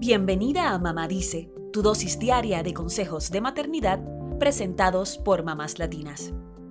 Bienvenida a Mamá Dice, tu dosis diaria de consejos de maternidad presentados por mamás latinas.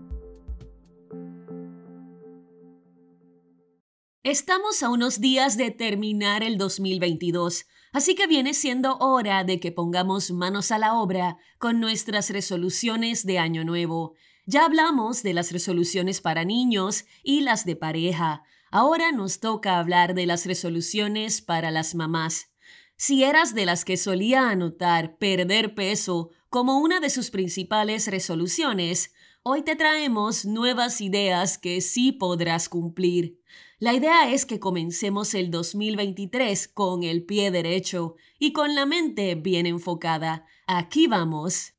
Estamos a unos días de terminar el 2022, así que viene siendo hora de que pongamos manos a la obra con nuestras resoluciones de Año Nuevo. Ya hablamos de las resoluciones para niños y las de pareja. Ahora nos toca hablar de las resoluciones para las mamás. Si eras de las que solía anotar perder peso como una de sus principales resoluciones, hoy te traemos nuevas ideas que sí podrás cumplir. La idea es que comencemos el 2023 con el pie derecho y con la mente bien enfocada. Aquí vamos.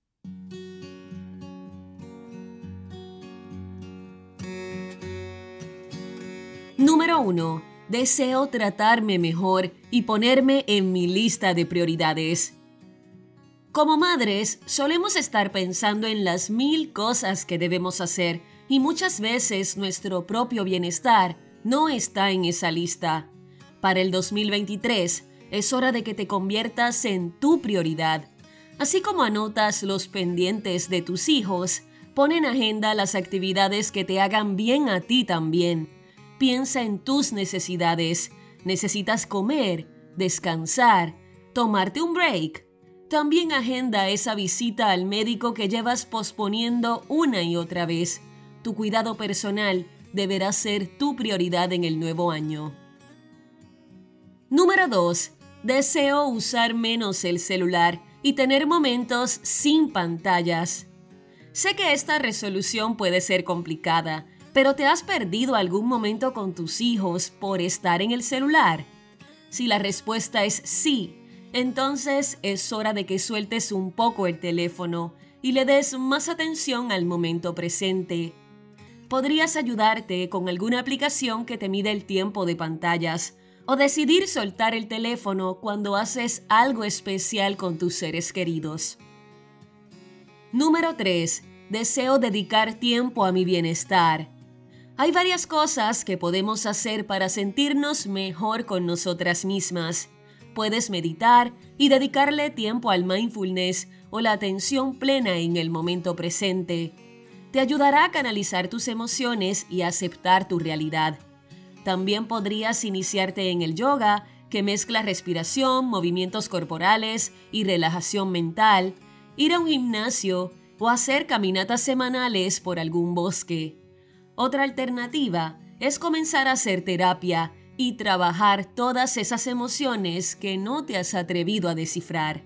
Número 1. Deseo tratarme mejor y ponerme en mi lista de prioridades. Como madres, solemos estar pensando en las 1000 cosas que debemos hacer y muchas veces nuestro propio bienestar no está en esa lista. Para el 2023, es hora de que te conviertas en tu prioridad. Así como anotas los pendientes de tus hijos, pon en agenda las actividades que te hagan bien a ti también. Piensa en tus necesidades. ¿Necesitas comer, descansar, tomarte un break? También agenda esa visita al médico que llevas posponiendo una y otra vez. Tu cuidado personal deberá ser tu prioridad en el nuevo año. Número 2. Deseo usar menos el celular y tener momentos sin pantallas. Sé que esta resolución puede ser complicada, pero ¿te has perdido algún momento con tus hijos por estar en el celular? Si la respuesta es sí, entonces es hora de que sueltes un poco el teléfono y le des más atención al momento presente. Podrías ayudarte con alguna aplicación que te mide el tiempo de pantallas o decidir soltar el teléfono cuando haces algo especial con tus seres queridos. Número 3. Deseo dedicar tiempo a mi bienestar. Hay varias cosas que podemos hacer para sentirnos mejor con nosotras mismas. Puedes meditar y dedicarle tiempo al mindfulness o la atención plena en el momento presente. Te ayudará a canalizar tus emociones y a aceptar tu realidad. También podrías iniciarte en el yoga, que mezcla respiración, movimientos corporales y relajación mental, ir a un gimnasio o hacer caminatas semanales por algún bosque. Otra alternativa es comenzar a hacer terapia y trabajar todas esas emociones que no te has atrevido a descifrar.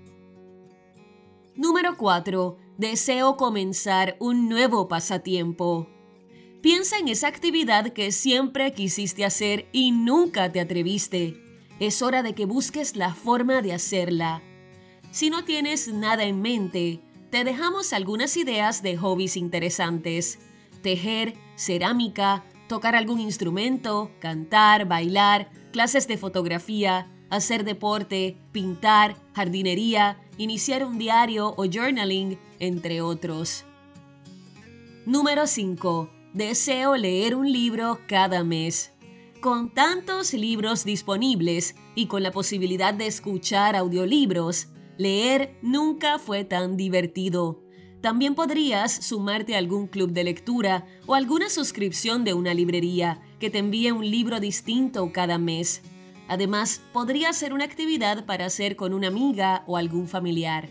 Número 4. Deseo comenzar un nuevo pasatiempo. Piensa en esa actividad que siempre quisiste hacer y nunca te atreviste. Es hora de que busques la forma de hacerla. Si no tienes nada en mente, te dejamos algunas ideas de hobbies interesantes. Tejer, cerámica, tocar algún instrumento, cantar, bailar, clases de fotografía, hacer deporte, pintar, jardinería, iniciar un diario o journaling, entre otros. Número 5. Deseo leer un libro cada mes. Con tantos libros disponibles y con la posibilidad de escuchar audiolibros, leer nunca fue tan divertido. También podrías sumarte a algún club de lectura o alguna suscripción de una librería que te envíe un libro distinto cada mes. Además, podría ser una actividad para hacer con una amiga o algún familiar.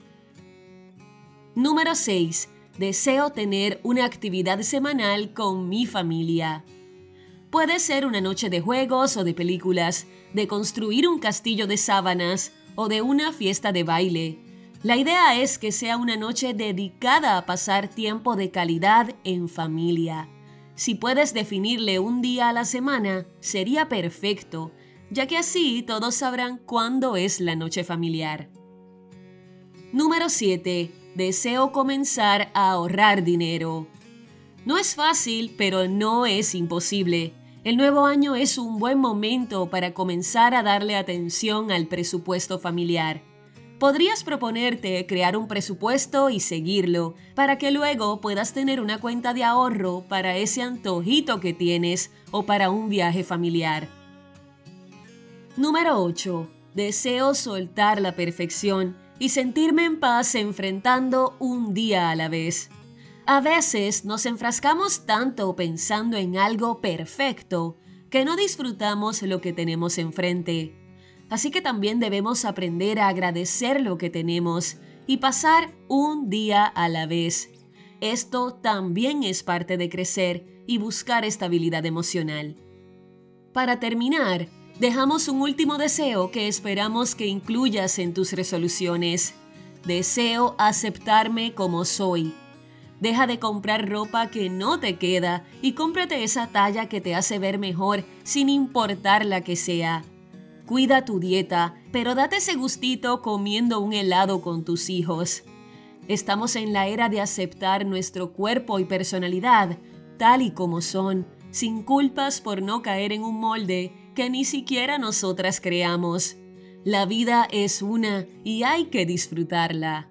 Número 6. Deseo tener una actividad semanal con mi familia. Puede ser una noche de juegos o de películas, de construir un castillo de sábanas o de una fiesta de baile. La idea es que sea una noche dedicada a pasar tiempo de calidad en familia. Si puedes definirle un día a la semana, sería perfecto, ya que así todos sabrán cuándo es la noche familiar. Número 7. Deseo comenzar a ahorrar dinero. No es fácil, pero no es imposible. El nuevo año es un buen momento para comenzar a darle atención al presupuesto familiar. Podrías proponerte crear un presupuesto y seguirlo, para que luego puedas tener una cuenta de ahorro para ese antojito que tienes o para un viaje familiar. Número 8. Deseo soltar la perfección y sentirme en paz enfrentando un día a la vez. A veces nos enfrascamos tanto pensando en algo perfecto que no disfrutamos lo que tenemos enfrente. Así que también debemos aprender a agradecer lo que tenemos y pasar un día a la vez. Esto también es parte de crecer y buscar estabilidad emocional. Para terminar, dejamos un último deseo que esperamos que incluyas en tus resoluciones. Deseo aceptarme como soy. Deja de comprar ropa que no te queda y cómprate esa talla que te hace ver mejor sin importar la que sea. Cuida tu dieta, pero date ese gustito comiendo un helado con tus hijos. Estamos en la era de aceptar nuestro cuerpo y personalidad tal y como son, sin culpas por no caer en un molde que ni siquiera nosotras creamos. La vida es una y hay que disfrutarla.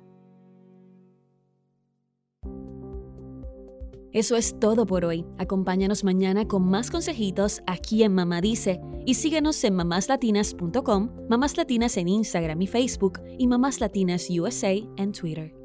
Eso es todo por hoy. Acompáñanos mañana con más consejitos aquí en Mamá Dice y síguenos en mamáslatinas.com, Mamás Latinas en Instagram y Facebook y Mamás Latinas USA en Twitter.